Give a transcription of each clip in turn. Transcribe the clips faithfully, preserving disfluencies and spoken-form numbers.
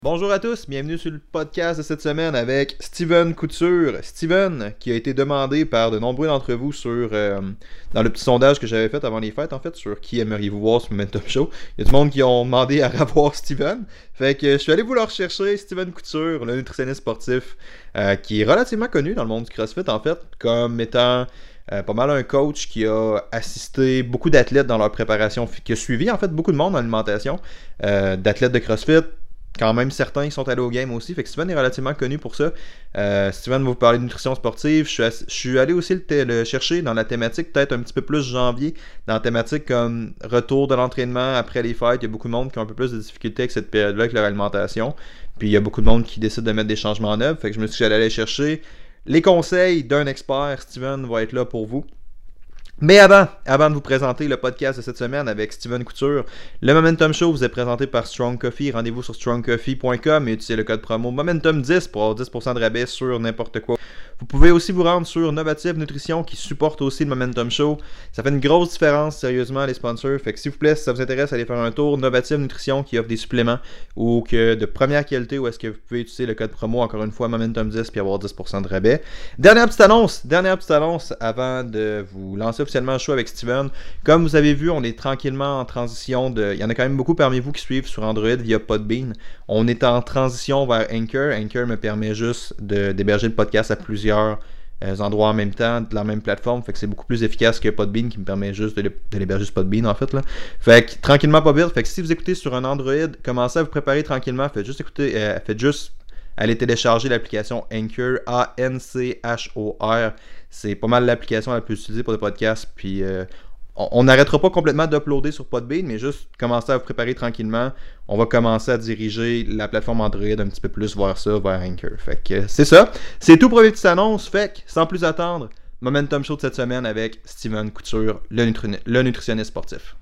Bonjour à tous, bienvenue sur le podcast de cette semaine avec Steven Couture. Steven, qui a été demandé par de nombreux d'entre vous sur euh, dans le petit sondage que j'avais fait avant les fêtes, en fait, sur qui aimeriez-vous voir sur Momentum Show. Il y a du monde qui ont demandé à revoir Steven. Fait que je suis allé vous le rechercher, Steven Couture, le nutritionniste sportif, euh, qui est relativement connu dans le monde du CrossFit, en fait, comme étant euh, pas mal un coach qui a assisté beaucoup d'athlètes dans leur préparation, qui a suivi, en fait, beaucoup de monde en alimentation, euh, d'athlètes de CrossFit. Quand même, certains qui sont allés au game aussi. Fait que Steven est relativement connu pour ça. Euh, Steven va vous parler de nutrition sportive. Je suis, ass- je suis allé aussi le, t- le chercher dans la thématique, peut-être un petit peu plus janvier, dans la thématique comme retour de l'entraînement après les fêtes. Il y a beaucoup de monde qui ont un peu plus de difficultés avec cette période-là, avec leur alimentation. Puis il y a beaucoup de monde qui décide de mettre des changements en œuvre. Fait que je me suis dit que j'allais aller chercher les conseils d'un expert. Steven va être là pour vous. Mais avant, avant de vous présenter le podcast de cette semaine avec Steven Couture, le Momentum Show vous est présenté par Strong Coffee. Rendez-vous sur strong coffee point com et utilisez le code promo Momentum dix pour avoir dix pour cent de rabais sur n'importe quoi. Vous pouvez aussi vous rendre sur Novative Nutrition qui supporte aussi le Momentum Show. Ça fait une grosse différence, sérieusement, les sponsors. Fait que s'il vous plaît, si ça vous intéresse, allez faire un tour. Novative Nutrition qui offre des suppléments ou que de première qualité où est-ce que vous pouvez utiliser le code promo, encore une fois, Momentum dix puis avoir dix pour cent de rabais. Dernière petite annonce, dernière petite annonce avant de vous lancer officiellement le show avec Steven. Comme vous avez vu, on est tranquillement en transition de... Il y en a quand même beaucoup parmi vous qui suivent sur Android via Podbean. On est en transition vers Anchor. Anchor me permet juste de, d'héberger le podcast à plusieurs euh, endroits en même temps, de la même plateforme. Fait que c'est beaucoup plus efficace que Podbean qui me permet juste de, de l'héberger sur Podbean en fait. Là. Fait que tranquillement pas vite. Fait que si vous écoutez sur un Android, commencez à vous préparer tranquillement. Faites juste écouter... Euh, faites juste... Allez télécharger l'application Anchor, A N C H O R. C'est pas mal l'application la plus utilisée pour des podcasts. Puis euh, on n'arrêtera pas complètement d'uploader sur Podbean, mais juste commencer à vous préparer tranquillement. On va commencer à diriger la plateforme Android un petit peu plus vers ça, vers Anchor. Fait que c'est ça. C'est tout pour les petites annonces. Fait que sans plus attendre, Momentum Show de cette semaine avec Steven Couture, le, nutri- le nutritionniste sportif.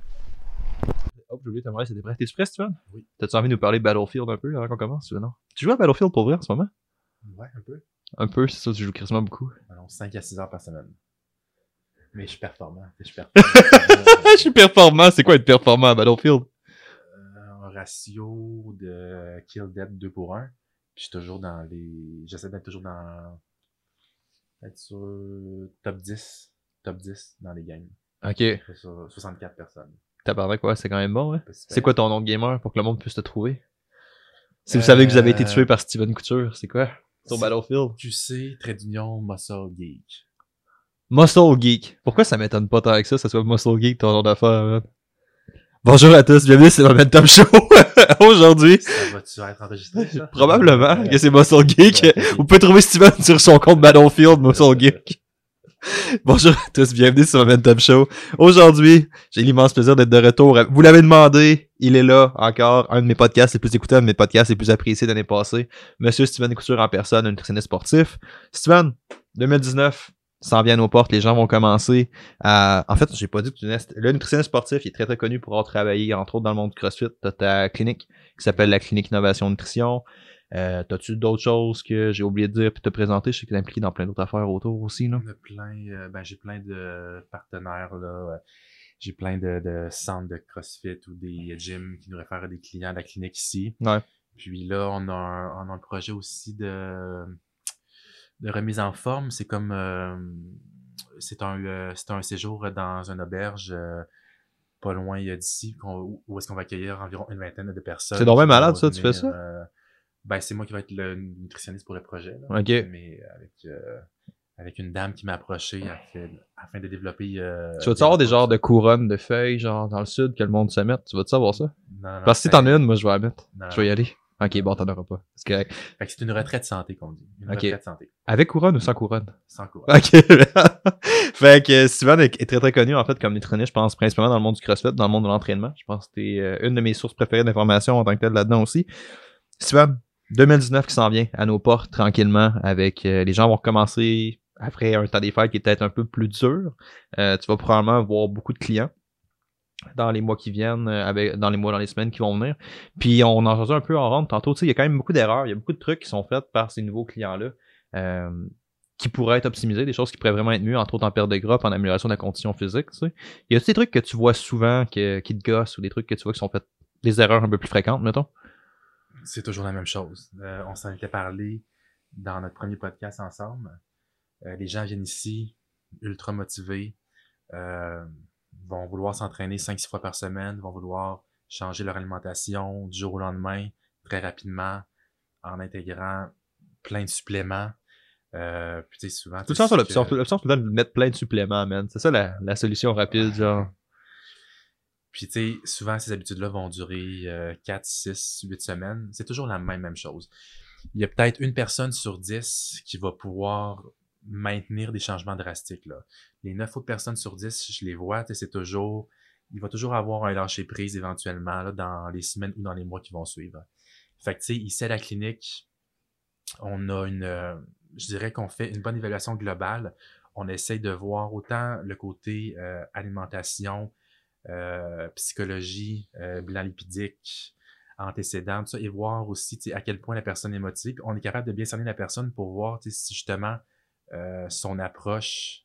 Oh, j'ai oublié de te demander, c'était prêt. T'es-tu prêt, Steven? Oui. T'as-tu envie de nous parler Battlefield un peu avant qu'on commence, ou non? Tu joues à Battlefield pour vrai en ce moment? Ouais, un peu. Un peu, c'est ça, tu joues quasiment beaucoup. Alors, cinq à six heures par semaine. Mais je suis performant. Je suis performant. Je suis performant, c'est quoi être performant à Battlefield? Euh, un ratio de kill death deux pour un. Puis je suis toujours dans les... J'essaie d'être toujours dans... Être sur top dix. Top dix dans les games. Ok. Sur soixante-quatre personnes. Tabarnak, ouais, c'est quand même bon, ouais. C'est, C'est quoi ton nom de gamer pour que le monde puisse te trouver? Si euh... vous savez que vous avez été tué par Steven Couture, c'est quoi? Sur c'est... Battlefield? Tu sais, trait d'union, Muscle Geek. Muscle Geek. Pourquoi ça m'étonne pas tant que ça, ça soit Muscle Geek ton nom d'affaires, man? Bonjour à tous, bienvenue sur le Momentum Show. Aujourd'hui. Ça va-tu être enregistré, ça? Probablement ouais. que c'est Muscle Geek. Ouais, okay. Vous pouvez trouver Steven sur son compte Battlefield, Muscle Geek. Bonjour à tous, bienvenue sur le Momentum Show. Aujourd'hui, j'ai l'immense plaisir d'être de retour. Vous l'avez demandé, il est là encore, un de mes podcasts les plus écoutés, un de mes podcasts les plus appréciés d'année passée. Monsieur Steven Couture en personne, un nutritionniste sportif. Steven, deux mille dix-neuf, s'en vient à nos portes, les gens vont commencer à... En fait, j'ai pas dit que tu es... Le nutritionniste sportif, il est très très connu pour avoir travaillé, entre autres, dans le monde du CrossFit. T'as ta clinique qui s'appelle la Clinique Innovation Nutrition. Euh, t'as-tu d'autres choses que j'ai oublié de dire puis te présenter? Je sais que t'es impliqué dans plein d'autres affaires autour aussi, là. Plein, euh, ben, j'ai plein de partenaires, là. J'ai plein de, de centres de CrossFit ou des gyms qui nous réfèrent à des clients de la clinique ici. Ouais. Puis là, on a un, on a un projet aussi de, de remise en forme. C'est comme, euh, c'est un, euh, c'est un séjour dans une auberge euh, pas loin d'ici, où, où est-ce qu'on va accueillir environ une vingtaine de personnes. C'est donc même malade, ça, tu fais ça? Euh, Ben, c'est moi qui vais être le nutritionniste pour le projet. Là. OK. Mais avec, euh, avec une dame qui m'a approché afin, afin de développer... Euh, tu vas-tu avoir des genres de couronnes de feuilles, genre dans le sud, que le monde se mette? Tu vas-tu savoir ça? Non, non, Parce que si t'en as une, moi, je vais la mettre. Non, je vais y aller. OK, bon, t'en auras pas. C'est correct. Fait que c'est une retraite santé qu'on dit. Une OK. retraite santé. Avec couronne ou sans couronne? Sans couronne. OK. Fait que Steven est très très connu, en fait, comme nutritionniste, je pense, principalement dans le monde du CrossFit, dans le monde de l'entraînement. Je pense que t'es euh, une de mes sources préférées d'informations en tant que telle là-dedans aussi. Steven, deux mille dix-neuf qui s'en vient à nos portes tranquillement avec euh, les gens vont recommencer après un temps des fêtes qui est peut-être un peu plus dur. Euh, tu vas probablement avoir beaucoup de clients dans les mois qui viennent, euh, avec dans les mois, dans les semaines qui vont venir. Puis on en jasait un peu en ronde tantôt. Tu sais, il y a quand même beaucoup d'erreurs, il y a beaucoup de trucs qui sont faits par ces nouveaux clients-là euh, qui pourraient être optimisés, des choses qui pourraient vraiment être mieux, entre autres en perte de gras, en amélioration de la condition physique. Tu sais. Il y a des trucs que tu vois souvent que, qui te gossent ou des trucs que tu vois qui sont faits des erreurs un peu plus fréquentes, mettons? C'est toujours la même chose. Euh, on s'en était parlé dans notre premier podcast ensemble. Euh, les gens viennent ici ultra motivés, euh, vont vouloir s'entraîner cinq six fois par semaine, vont vouloir changer leur alimentation du jour au lendemain, très rapidement, en intégrant plein de suppléments. Euh, puis tu sais, souvent, Tout le tu temps sur sais l'option, que... l'option tout le temps de mettre plein de suppléments, man. C'est ça la, la solution rapide, genre. Puis tu sais, souvent, ces habitudes-là vont durer euh, quatre, six, huit semaines. C'est toujours la même, même chose. Il y a peut-être une personne sur dix qui va pouvoir maintenir des changements drastiques, là. Les neuf autres personnes sur dix, je les vois, tu sais, c'est toujours... Il va toujours avoir un lâcher-prise éventuellement là, dans les semaines ou dans les mois qui vont suivre. Fait que tu sais, ici à la clinique, on a une... euh, je dirais qu'on fait une bonne évaluation globale. On essaye de voir autant le côté euh, alimentation, euh, psychologie, euh, bilan lipidique, antécédents, tout ça, et voir aussi tu sais, à quel point la personne est motivée. Puis on est capable de bien cerner la personne pour voir tu sais, si justement euh, son approche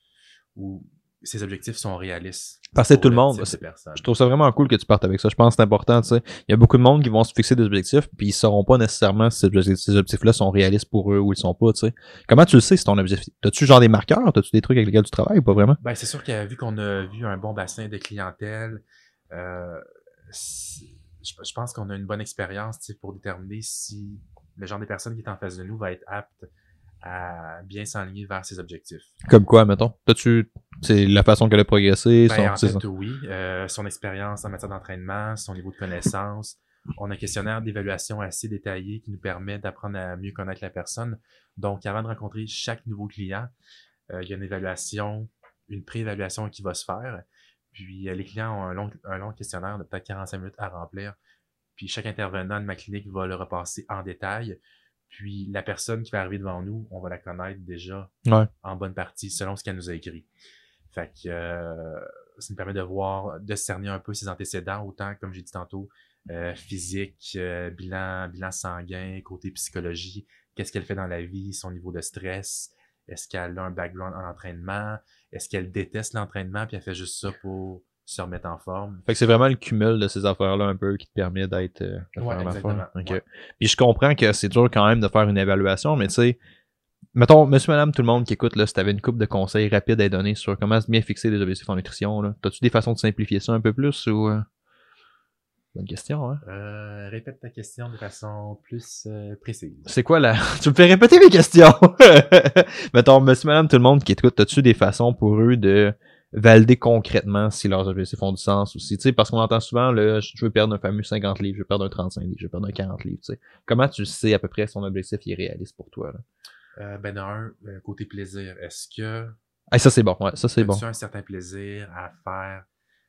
ou ses objectifs sont réalistes Parce que pour tout le le monde, type de c'est- personne. je trouve ça vraiment cool que tu partes avec ça. Je pense que c'est important, tu sais. Il y a beaucoup de monde qui vont se fixer des objectifs, puis ils sauront pas nécessairement si ces objectifs- ces objectifs-là sont réalistes pour eux ou ils sont pas, tu sais. Comment tu le sais si ton objectif? T'as-tu genre des marqueurs? T'as-tu des trucs avec lesquels tu travailles ou pas vraiment? Ben, c'est sûr que vu qu'on a vu un bon bassin de clientèle, euh, c'est- je, je pense qu'on a une bonne expérience tu sais, pour déterminer si le genre de personne qui est en face de nous va être apte à bien s'enligner vers ses objectifs. Comme quoi, mettons? T'as-tu, c'est la façon qu'elle a progressé, Ben, son, en c'est ça. fait, oui. Euh, son expérience en matière d'entraînement, son niveau de connaissance. On a un questionnaire d'évaluation assez détaillé qui nous permet d'apprendre à mieux connaître la personne. Donc, avant de rencontrer chaque nouveau client, euh, il y a une évaluation, une pré-évaluation qui va se faire. Puis, euh, les clients ont un long, un long questionnaire de peut-être quarante-cinq minutes à remplir. Puis, chaque intervenant de ma clinique va le repasser en détail. Puis, la personne qui va arriver devant nous, on va la connaître déjà Ouais. en bonne partie selon ce qu'elle nous a écrit. Fait que euh, ça nous permet de voir, de cerner un peu ses antécédents, autant, comme j'ai dit tantôt, euh, physique, euh, bilan, bilan sanguin, côté psychologie, qu'est-ce qu'elle fait dans la vie, son niveau de stress, est-ce qu'elle a un background en entraînement, est-ce qu'elle déteste l'entraînement, puis elle fait juste ça pour se remettre en forme. Fait que c'est vraiment le cumul de ces affaires-là un peu qui te permet d'être, euh, de Ouais, faire exactement. l'affaire. Ok. Ouais. Puis je comprends que c'est dur quand même de faire une évaluation, mais tu sais, mettons, monsieur, madame, tout le monde qui écoute, là, si t'avais une couple de conseils rapides à donner sur comment bien fixer des objectifs en nutrition, là, t'as-tu des façons de simplifier ça un peu plus ou... euh? Bonne question, hein? Euh, répète ta question de façon plus euh, précise. C'est quoi la... Tu me fais répéter mes questions! Mettons, monsieur, madame, tout le monde qui écoute, t'as-tu des façons pour eux de valider concrètement si leurs objectifs font du sens aussi? Tu sais, parce qu'on entend souvent, là, je veux perdre un fameux cinquante livres, je veux perdre un trente-cinq livres, je veux perdre un quarante livres, tu sais. Comment tu sais à peu près si ton objectif est réaliste pour toi, là? Euh, ben, d'un, euh, côté plaisir, est-ce que Ah, ça c'est bon, ouais, ça c'est as-tu bon. un certain plaisir à faire,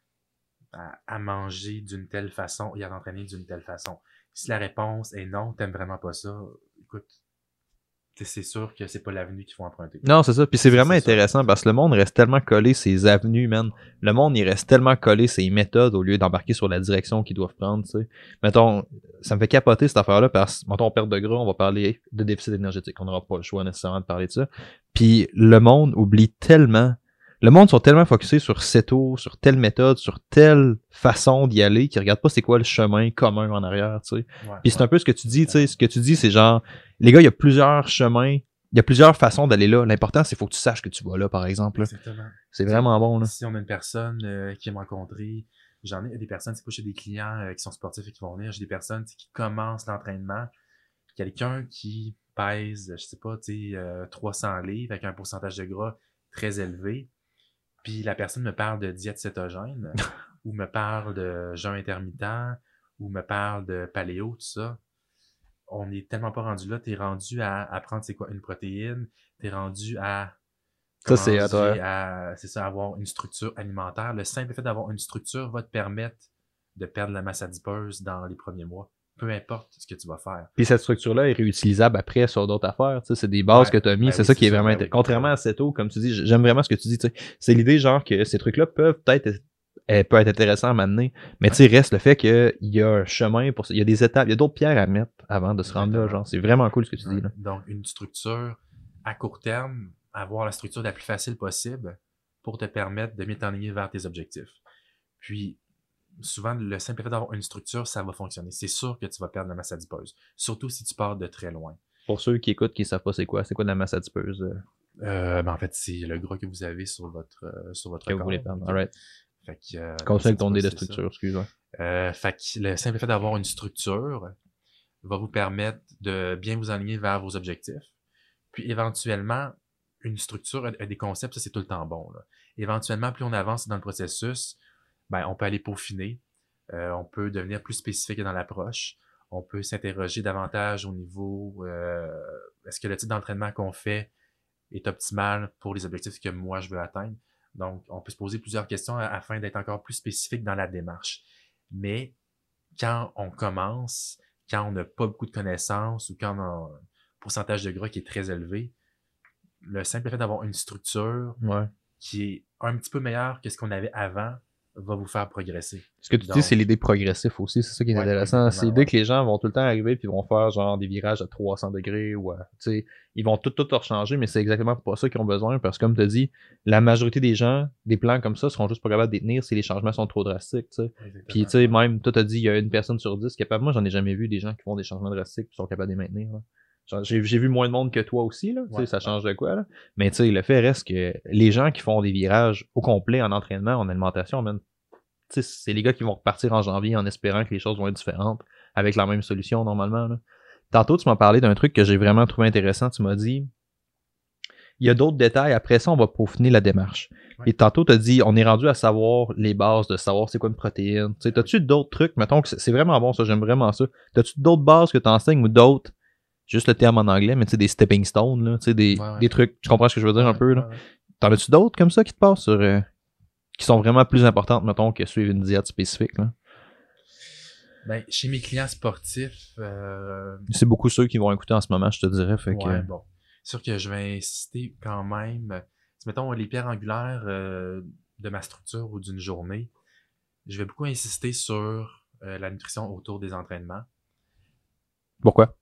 à, à manger d'une telle façon et à t'entraîner d'une telle façon? Si la réponse est non, t'aimes vraiment pas ça, écoute, c'est sûr que c'est pas l'avenue qu'il faut emprunter. Non, c'est ça. Puis c'est Ça, vraiment c'est sûr. intéressant parce que le monde reste tellement collé ses avenues, man. Le monde, il reste tellement collé ses méthodes au lieu d'embarquer sur la direction qu'ils doivent prendre, tu sais. Mettons, ça me fait capoter cette affaire-là parce que, mettons, perte de gras, on va parler de déficit énergétique. On n'aura pas le choix nécessairement de parler de ça. Puis le monde oublie tellement... Le monde sont tellement focusés sur ceto, sur telle méthode, sur telle façon d'y aller, qu'ils regardent pas c'est quoi le chemin commun en arrière, tu sais. Ouais, Puis c'est ouais. un peu ce que tu dis, tu sais. Ce que tu dis, c'est genre, les gars, il y a plusieurs chemins, il y a plusieurs façons d'aller là. L'important, c'est faut que tu saches que tu vas là, par exemple. là. Exactement. C'est vraiment bon, là. Si on a une personne euh, qui aime rencontrer, j'en ai des personnes, c'est pas chez des clients euh, qui sont sportifs et qui vont venir, j'ai des personnes tu sais, qui commencent l'entraînement, quelqu'un qui pèse, je sais pas, tu sais, euh, trois cents livres avec un pourcentage de gras très élevé, puis la personne me parle de diète cétogène, ou me parle de jeûne intermittent, ou me parle de paléo, tout ça. On est tellement pas rendu là, t'es rendu à, à prendre, c'est quoi, une protéine, t'es rendu à Ça, c'est commencer à toi. à, c'est ça, avoir une structure alimentaire. Le simple fait d'avoir une structure va te permettre de perdre la masse adipeuse dans les premiers mois. Peu importe ce que tu vas faire. Puis cette structure-là est réutilisable après sur d'autres affaires. Tu sais, c'est des bases Ouais, que tu as mis. ben c'est oui, ça c'est qui est ça, vraiment ben intéressant. oui, Contrairement ben à Ceto, comme tu dis, j'aime vraiment ce que tu dis. Tu sais. C'est l'idée genre que ces trucs-là peuvent peut-être être, elle peut être intéressant à m'amener, mais tu sais, reste le fait qu'il y a un chemin pour ça. Il y a des étapes, il y a d'autres pierres à mettre avant de se rendre là. Exactement. Genre, c'est vraiment cool ce que tu Ouais. dis là. Donc, une structure à court terme, avoir la structure la plus facile possible pour te permettre de mieux t'enligner vers tes objectifs. Puis, souvent, le simple fait d'avoir une structure, ça va fonctionner. C'est sûr que tu vas perdre la masse adipeuse. Surtout si tu pars de très loin. Pour ceux qui écoutent, qui ne savent pas c'est quoi, c'est quoi de la masse adipeuse euh, Euh, ben en fait, c'est le gras que vous avez sur votre, euh, sur votre que vous corps. voulez perdre. Ok. Alright. Fait que, euh, Conseil avec ton dé de c'est ça. structure, excuse-moi. Euh, fait que le simple fait d'avoir une structure va vous permettre de bien vous aligner vers vos objectifs. Puis éventuellement, une structure a des concepts, ça c'est tout le temps bon. Là. Éventuellement, plus on avance dans le processus, ben, on peut aller peaufiner, euh, on peut devenir plus spécifique dans l'approche, on peut s'interroger davantage au niveau euh, est-ce que le type d'entraînement qu'on fait est optimal pour les objectifs que moi je veux atteindre. Donc, on peut se poser plusieurs questions afin d'être encore plus spécifique dans la démarche. Mais quand on commence, quand on n'a pas beaucoup de connaissances ou quand on a un pourcentage de gras qui est très élevé, le simple fait d'avoir une structure Ouais. qui est un petit peu meilleure que ce qu'on avait avant va vous faire progresser. Ce que tu Donc, dis, c'est l'idée progressif aussi, c'est ça qui est ouais, intéressant. C'est l'idée ouais. que les gens vont tout le temps arriver puis vont faire genre des virages à trois cents degrés ou à, tu sais, ils vont tout tout changer, mais c'est exactement pas ça qu'ils ont besoin parce que comme tu as dit, la majorité des gens, des plans comme ça seront juste pas capables de tenir si les changements sont trop drastiques, tu sais. Puis tu sais, même toi t'as dit il y a une personne sur dix capable. Moi, j'en ai jamais vu des gens qui font des changements drastiques qui sont capables de les maintenir. Là. J'ai, j'ai vu moins de monde que toi aussi, là. Ouais, ça change de quoi, là. Mais tu sais, le fait reste que les gens qui font des virages au complet en entraînement, en alimentation, même, tu sais, c'est les gars qui vont repartir en janvier en espérant que les choses vont être différentes avec la même solution normalement, là. Tantôt, tu m'as parlé d'un truc que j'ai vraiment trouvé intéressant. Tu m'as dit, il y a d'autres détails. Après ça, on va peaufiner la démarche. Ouais. Et tantôt, tu as dit, on est rendu à savoir les bases, de savoir c'est quoi une protéine. Tu sais, t'as-tu d'autres trucs? Mettons que c'est vraiment bon, ça, j'aime vraiment ça. T'as-tu d'autres bases que tu enseignes ou d'autres? Juste le terme en anglais, mais tu sais, des stepping stones, là, tu sais, des, ouais, ouais. des trucs, tu comprends ce que je veux dire ouais, un peu, là? Ouais, ouais. T'en as-tu d'autres comme ça qui te passent sur, euh, qui sont vraiment plus importantes, mettons, que suivre une diète spécifique, là? Ben, chez mes clients sportifs, euh... c'est beaucoup ceux qui vont écouter en ce moment, je te dirais, fait que... Ouais, bon. C'est sûr que je vais insister quand même, si mettons les pierres angulaires euh, de ma structure ou d'une journée, je vais beaucoup insister sur euh, la nutrition autour des entraînements. Pourquoi?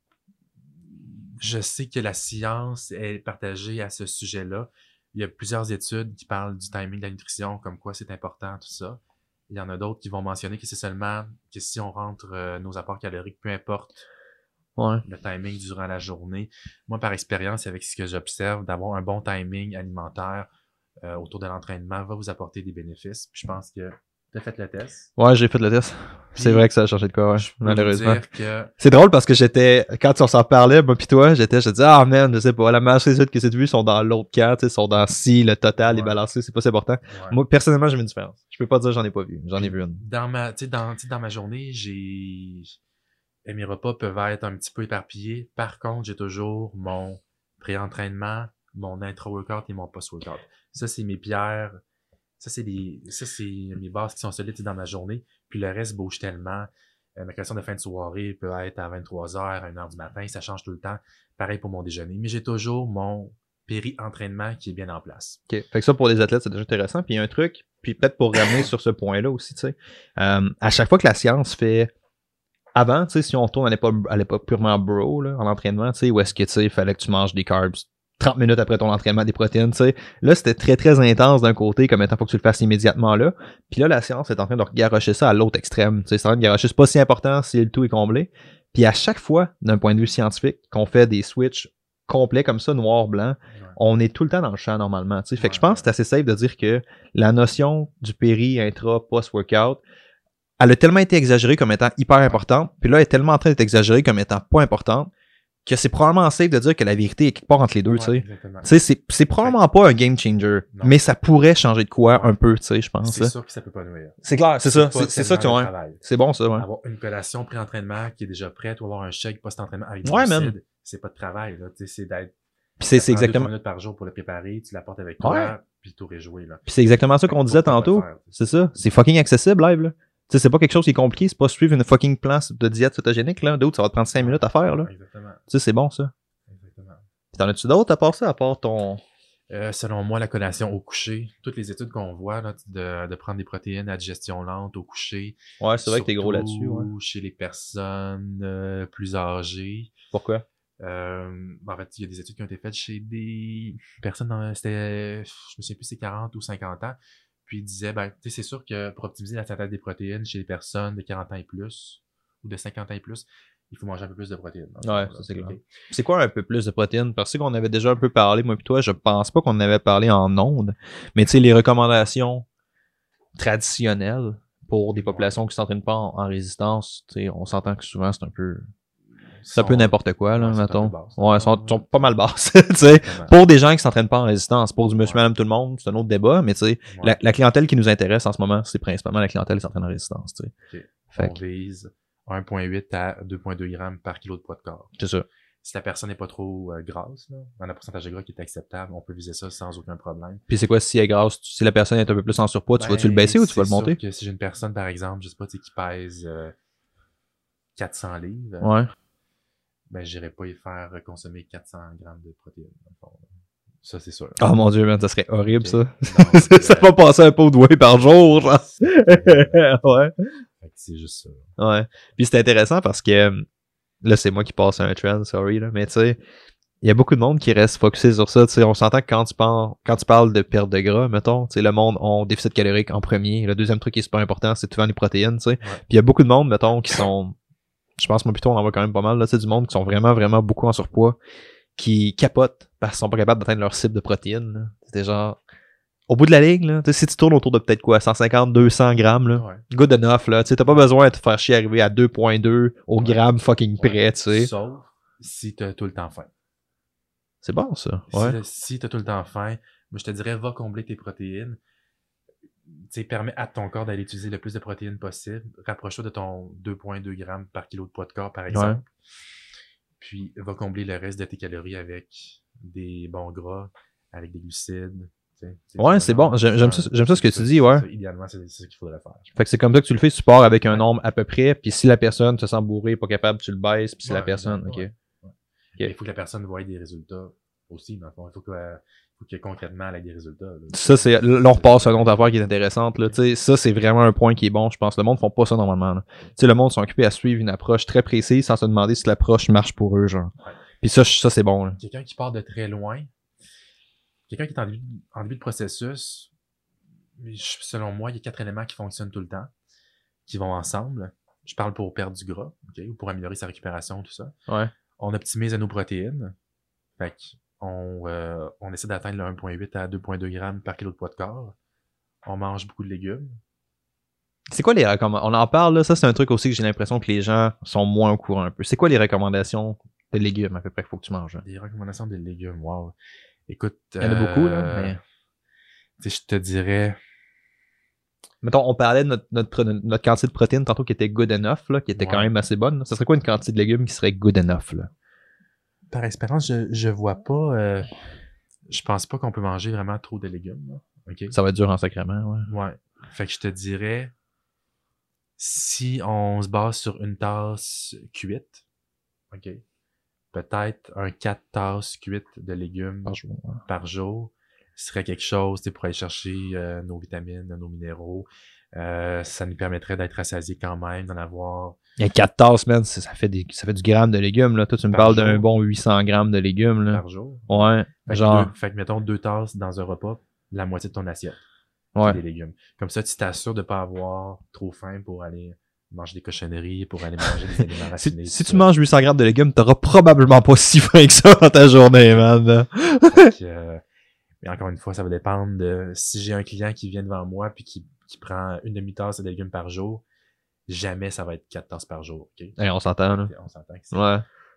Je sais que la science est partagée à ce sujet-là. Il y a plusieurs études qui parlent du timing de la nutrition, comme quoi c'est important, tout ça. Il y en a d'autres qui vont mentionner que c'est seulement que si on rentre euh, nos apports caloriques, peu importe ouais. le timing durant la journée. Moi, par expérience, avec ce que j'observe, d'avoir un bon timing alimentaire euh, autour de l'entraînement va vous apporter des bénéfices. Puis je pense que t'as fait le test. Ouais, j'ai fait le test. Puis, c'est vrai que ça a changé de quoi, ouais, malheureusement. Que... C'est drôle parce que j'étais, quand on s'en parlait, moi pis toi, j'étais, je disais, ah oh, man, je sais pas, la majorité des études que c'est vu sont dans l'autre camp, tu sais, sont dans si, le total, ouais. les balancés, c'est pas si important. Ouais. Moi, personnellement, j'ai vu une différence. Je peux pas dire que j'en ai pas vu. J'en ai vu une. Dans ma, tu sais, dans, dans ma journée, j'ai, et mes repas peuvent être un petit peu éparpillés. Par contre, j'ai toujours mon pré-entraînement, mon intra-workout et mon post-workout. Ça, c'est mes pierres. Ça, c'est des, ça, c'est mes bases qui sont solides dans ma journée. Puis le reste bouge tellement. Euh, ma question de fin de soirée peut être à vingt-trois heures, à une heure du matin. Ça change tout le temps. Pareil pour mon déjeuner. Mais j'ai toujours mon péri-entraînement qui est bien en place. OK. Fait que ça, pour les athlètes, c'est déjà intéressant. Puis il y a un truc, puis peut-être pour ramener sur ce point-là aussi, tu sais. Euh, à chaque fois que la science fait... Avant, tu sais, si on retourne à l'époque, à l'époque purement bro, là, en entraînement, tu sais, où est-ce que, tu sais, il fallait que tu manges des carbs trente minutes après ton entraînement, des protéines, tu sais. Là, c'était très, très intense d'un côté, comme étant, faut que tu le fasses immédiatement là. Puis là, la science est en train de garrocher ça à l'autre extrême. Tu sais, c'est en train de garrocher, c'est pas si important si le tout est comblé. Puis à chaque fois, d'un point de vue scientifique, qu'on fait des switches complets comme ça, noir-blanc, ouais. on est tout le temps dans le champ normalement, tu sais. Fait ouais, que je pense ouais. que c'est assez safe de dire que la notion du péri, intra, post-workout, elle a tellement été exagérée comme étant hyper importante, puis là, elle est tellement en train d'être exagérée comme étant pas importante, que c'est probablement safe de dire que la vérité est quelque part entre les deux, ouais, tu sais. Tu sais, c'est, c'est probablement pas un game changer, non. mais ça pourrait changer de quoi ouais. un peu, tu sais, je pense. C'est sûr que ça peut pas nuire. C'est clair, c'est, c'est ça, c'est, c'est ça que tu vois. C'est bon, ça, ouais. Avoir une collation pré-entraînement qui est déjà prête ou avoir un shake post-entraînement avec du ouais, glucides, c'est pas de travail, là, tu sais, c'est d'être... Puis c'est, c'est exactement... deux minutes par jour pour le préparer, tu l'apportes avec toi, ouais. puis le tour est joué, là. Puis c'est exactement ça qu'on disait tantôt, c'est ça. C'est fucking accessible, live, là. Tu sais, c'est pas quelque chose qui est compliqué, c'est pas suivre une fucking plan de diète cétogénique, là. D'autres, ça va te prendre cinq minutes à faire, là. Exactement. Tu sais, c'est bon, ça. Exactement. Puis t'en as-tu d'autres à part ça, à part ton... Euh, selon moi, la collation au coucher, toutes les études qu'on voit, là, de, de prendre des protéines à digestion lente au coucher. Ouais, c'est vrai que t'es gros là-dessus, ouais. Chez les personnes euh, plus âgées. Pourquoi? Euh, en fait, il y a des études qui ont été faites chez des personnes, dans, c'était, je me souviens plus, c'est quarante ou cinquante ans. Puis il disait, ben, tu sais, c'est sûr que pour optimiser la synthèse des protéines chez les personnes de quarante ans et plus, ou de cinquante ans et plus, il faut manger un peu plus de protéines. Ouais, ça c'est clair. Okay. C'est quoi un peu plus de protéines? Parce qu'on avait déjà un peu parlé, moi et toi, je pense pas qu'on en avait parlé en ondes, mais tu sais, les recommandations traditionnelles pour des populations qui s'entraînent pas en, en résistance, tu sais, on s'entend que souvent c'est un peu... C'est un peu n'importe quoi, là, ouais, mettons. Basse, ouais, ils sont, sont pas mal basses, tu sais. Pour des gens qui s'entraînent pas en résistance, pour du monsieur, ouais. madame, tout le monde, c'est un autre débat, mais tu sais, ouais. la, la clientèle qui nous intéresse en ce moment, c'est principalement la clientèle qui s'entraîne en résistance, tu sais. Okay. Fait on que... vise un virgule huit à deux virgule deux grammes par kilo de poids de corps. C'est ça. Si la personne n'est pas trop euh, grasse, là, dans un pourcentage de gras qui est acceptable, on peut viser ça sans aucun problème. Puis c'est quoi si elle est grasse? Si la personne est un peu plus en surpoids, ben, tu vas-tu le baisser ou tu vas le monter? Que si j'ai une personne, par exemple, je sais pas, qui pèse euh, quatre cents livres, ouais. ben j'irais pas y faire consommer quatre cents grammes de protéines. Ça, c'est sûr. Oh mon dieu, man, ça serait horrible, okay. ça. Non, ça va passer un pot de whey par jour, genre. ouais. C'est juste ça. Ouais. Puis c'est intéressant parce que là, c'est moi qui passe un trend, sorry, là, mais tu sais, il y a beaucoup de monde qui reste focusé sur ça. Tu sais, on s'entend que quand tu parles, quand tu parles de perte de gras, mettons, tu sais, le monde a déficit calorique en premier. Le deuxième truc qui est super important, c'est souvent les protéines, tu sais. Ouais. Puis il y a beaucoup de monde, mettons, qui sont, je pense moi plutôt on en voit quand même pas mal, là, c'est du monde qui sont vraiment, vraiment beaucoup en surpoids, qui capotent parce qu'ils sont pas capables d'atteindre leur cible de protéines. C'était genre, au bout de la ligne, là, si tu tournes autour de peut-être quoi, cent cinquante, deux cents grammes, là, ouais. good enough, là, tu sais, t'as pas besoin de te faire chier arriver à deux virgule deux au ouais. gramme fucking près, ouais. tu sais. Sauf si t'as tout le temps faim. C'est bon, ça. Ouais. Si, si t'as tout le temps faim, moi, je te dirais, va combler tes protéines. Tu sais, permets à ton corps d'aller utiliser le plus de protéines possible. Rapproche-toi de ton deux virgule deux grammes par kilo de poids de corps, par exemple. Ouais. Puis, va combler le reste de tes calories avec des bons gras, avec des glucides. Ouais, c'est bon. J'aime, j'aime, ça, j'aime ça ce que tu dis, ouais. Ça, idéalement, c'est ça qu'il faudrait faire. Fait que c'est comme ça que tu le fais, tu pars avec un nombre à peu près, puis si la personne se sent bourrée, pas capable, tu le baisses, puis si ouais, la personne, ok. Ouais. Okay. Il faut que la personne voie des résultats aussi, dans le fond. Il faut que, euh, faut que concrètement, elle ait des résultats. Là. Ça, c'est, là, on repasse à une autre affaire qui est intéressante, là. Tu sais, ça, c'est vraiment un point qui est bon, je pense. Le monde ne font pas ça normalement, là. Tu sais, le monde sont occupés à suivre une approche très précise sans se demander si l'approche marche pour eux, genre. Ouais. Puis ça, ça, c'est bon, là. Quelqu'un qui part de très loin, quelqu'un qui est en début, en début de processus, selon moi, il y a quatre éléments qui fonctionnent tout le temps, qui vont ensemble. Je parle pour perdre du gras, okay, ou pour améliorer sa récupération, tout ça. Ouais. On optimise nos protéines. Fait qu'on euh, on essaie d'atteindre le un virgule huit à deux virgule deux grammes par kilo de poids de corps. On mange beaucoup de légumes. C'est quoi les recommandations? On en parle, là. Ça, c'est un truc aussi que j'ai l'impression que les gens sont moins au courant un peu. C'est quoi les recommandations de légumes, à peu près, qu'il faut que tu manges? Des recommandations de légumes, wow. Écoute. Il y en a euh, beaucoup, là. Mais... Tu sais, je te dirais. Mettons, on parlait de notre, notre, notre quantité de protéines tantôt qui était good enough, là, qui était ouais. quand même assez bonne. Là. Ça serait quoi une quantité de légumes qui serait good enough, là? Par expérience, je, je vois pas. Euh, je pense pas qu'on peut manger vraiment trop de légumes. Là. Okay. Ça va être dur en sacrement, ouais. Ouais. Fait que je te dirais, si on se base sur une tasse cuite, ok, peut-être un quatre tasses cuites de légumes par jour, ouais. par jour serait quelque chose pour aller chercher euh, nos vitamines, nos minéraux. Euh, ça nous permettrait d'être rassasiés quand même, d'en avoir... Il y a quatre tasses, man, ça fait, des, ça fait du gramme de légumes, là. Toi, tu me parles d'un bon huit cents grammes de légumes, là. Par jour. Ouais, fait genre... Que deux, fait que, mettons, deux tasses dans un repas, la moitié de ton assiette. Ouais. Des légumes. Comme ça, tu t'assures de pas avoir trop faim pour aller manger des cochonneries, pour aller manger des aliments racinés. Si, si tu manges huit cents grammes de légumes, t'auras probablement pas si faim que ça dans ta journée, man. Fait que, euh, mais encore une fois, ça va dépendre de si j'ai un client qui vient devant moi puis qui, qui prend une demi-tasse de légumes par jour, jamais ça va être quatre tasses par jour. Okay? Hey, on s'entend, là. On s'entend que c'est... Ouais.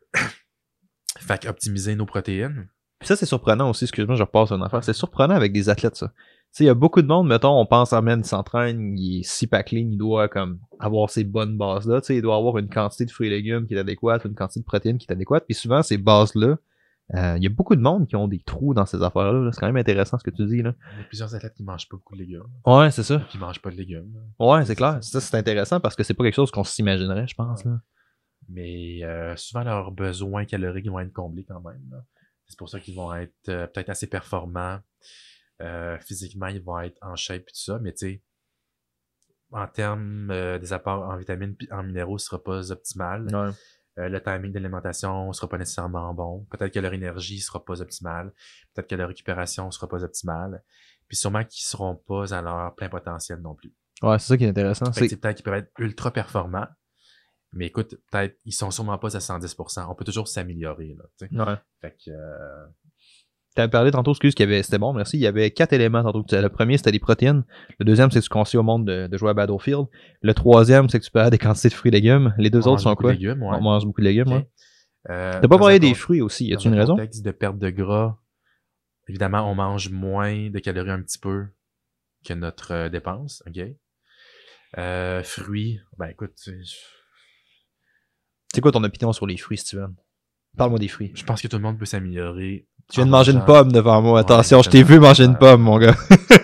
Fait qu'optimiser nos protéines. Puis ça, c'est surprenant aussi, excuse-moi, je repasse une affaire. C'est surprenant avec des athlètes, ça. Tu sais, il y a beaucoup de monde, mettons, on pense à man, il s'entraîne, il est six pack lean, il doit comme avoir ces bonnes bases-là. Tu sais, il doit avoir une quantité de fruits et légumes qui est adéquate, une quantité de protéines qui est adéquate. Puis souvent, ces bases-là, Euh, il y a beaucoup de monde qui ont des trous dans ces affaires-là. Là. C'est quand même intéressant ce que tu dis. Là. Il y a plusieurs athlètes qui mangent pas beaucoup de légumes. Ouais, c'est ça. Qui mangent pas de légumes. Ouais, c'est, c'est clair. Ça, c'est intéressant parce que c'est pas quelque chose qu'on s'imaginerait, je pense. Ouais. Là. Mais euh, souvent, leurs besoins caloriques vont être comblés quand même. Là. C'est pour ça qu'ils vont être euh, peut-être assez performants. Euh, physiquement, ils vont être en shape et tout ça. Mais tu sais, en termes euh, des apports en vitamines et en minéraux, ce sera pas optimal. Ouais. Euh, le timing de l'alimentation sera pas nécessairement bon. Peut-être que leur énergie sera pas optimale. Peut-être que leur récupération sera pas optimale. Puis sûrement qu'ils seront pas à leur plein potentiel non plus. Ouais, c'est ça qui est intéressant. Fait que C'est... c'est peut-être qu'ils peuvent être ultra performants. Mais écoute, peut-être ils sont sûrement pas à cent dix pour cent. On peut toujours s'améliorer, là. T'sais. Ouais. Fait que... Euh... Tu avais parlé tantôt, excuse, qu'il y avait, c'était bon, merci. Il y avait quatre éléments tantôt. Le premier, c'était les protéines. Le deuxième, c'est que tu conseilles au monde de, de jouer à Battlefield. Le troisième, c'est que tu peux avoir des quantités de fruits et légumes. Les deux on autres sont quoi? De légumes, ouais. On mange beaucoup de légumes, okay. ouais. Euh, T'as pas parlé des con... fruits aussi, y a-tu une raison? Dans un contexte de perte de gras, évidemment, on mange moins de calories un petit peu que notre euh, dépense, ok? Euh, fruits, ben écoute... C'est quoi ton opinion sur les fruits, Steven? Parle-moi des fruits. Je pense que tout le monde peut s'améliorer. Tu viens de manger mangeant... une pomme devant moi. Attention, ouais, je t'ai vu manger une pomme, mon gars.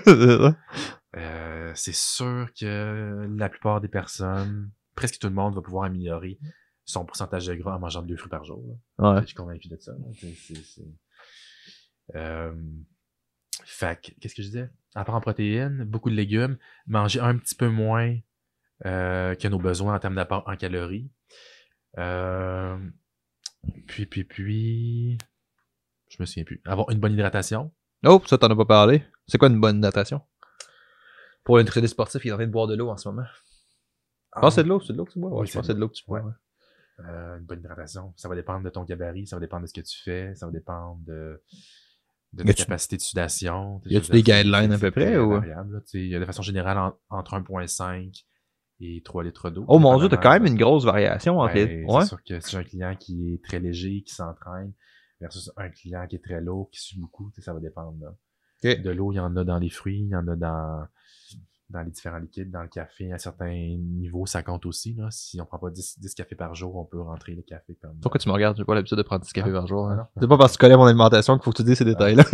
euh, c'est sûr que la plupart des personnes, presque tout le monde va pouvoir améliorer son pourcentage de gras en mangeant deux fruits par jour. Là. Ouais. Je suis convaincu de ça. C'est, c'est, c'est... Euh... Fait que, qu'est-ce que je disais? Apport en protéines, beaucoup de légumes, manger un petit peu moins euh, que nos besoins en termes d'apport en calories. Euh... Puis, puis, puis... Je me souviens plus. Avoir une bonne hydratation. Oh, ça, t'en as pas parlé. C'est quoi une bonne hydratation? Pour le nutritionniste sportif, il est en train de boire de l'eau en ce moment. Ah, ah c'est de l'eau, c'est de l'eau que tu bois? Ouais, oui, je pense que c'est de l'eau que tu bois. Ouais. Euh, une bonne hydratation. Ça va dépendre de ton gabarit, ça va dépendre de ce que tu fais, ça va dépendre de, de ta capacité de sudation. Y a-tu des guidelines à peu près? Ou... variable, là, de façon générale, en, entre un virgule cinq et trois litres d'eau. Oh mon dieu, t'as quand même une grosse variation entre ben, les... C'est ouais. sûr que si j'ai un client qui est très léger, qui s'entraîne, versus un client qui est très lourd, qui suit beaucoup, ça va dépendre. Là. Okay. De l'eau, il y en a dans les fruits, il y en a dans, dans les différents liquides, dans le café. À certains niveaux, ça compte aussi. Là. Si on prend pas dix, dix cafés par jour, on peut rentrer le café comme... Pourquoi tu me regardes? J'ai pas l'habitude de prendre dix cafés ah, par jour. Hein. Ah c'est pas parce que tu connais mon alimentation qu'il faut que tu dises ces détails-là.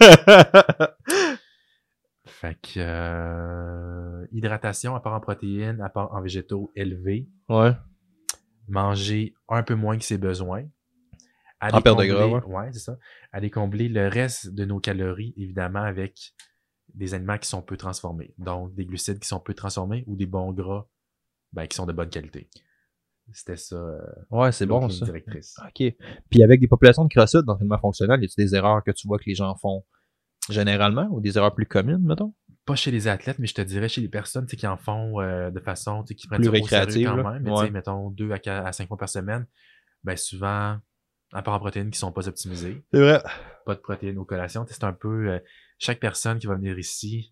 Fait que... Euh, hydratation, apport en protéines, apport en végétaux élevé. Ouais. Manger un peu moins que ses besoins. En perte de gras, ouais. Ouais, c'est ça. Aller combler le reste de nos calories, évidemment, avec des aliments qui sont peu transformés. Donc, des glucides qui sont peu transformés ou des bons gras ben, qui sont de bonne qualité. C'était ça. Euh, ouais, c'est bon, ça. Directrice. OK. Puis avec des populations de CrossFit d'entraînement fonctionnel, y a-t-il des erreurs que tu vois que les gens font généralement ou des erreurs plus communes, mettons? Pas chez les athlètes, mais je te dirais chez les personnes qui en font euh, de façon, qui prennent plus ça récréative au sérieux quand même. Mais ouais. mettons deux à, quatre, à cinq fois par semaine, ben souvent, apports en protéines qui sont pas optimisés. C'est vrai. Pas de protéines aux collations. C'est un peu... Euh, chaque personne qui va venir ici,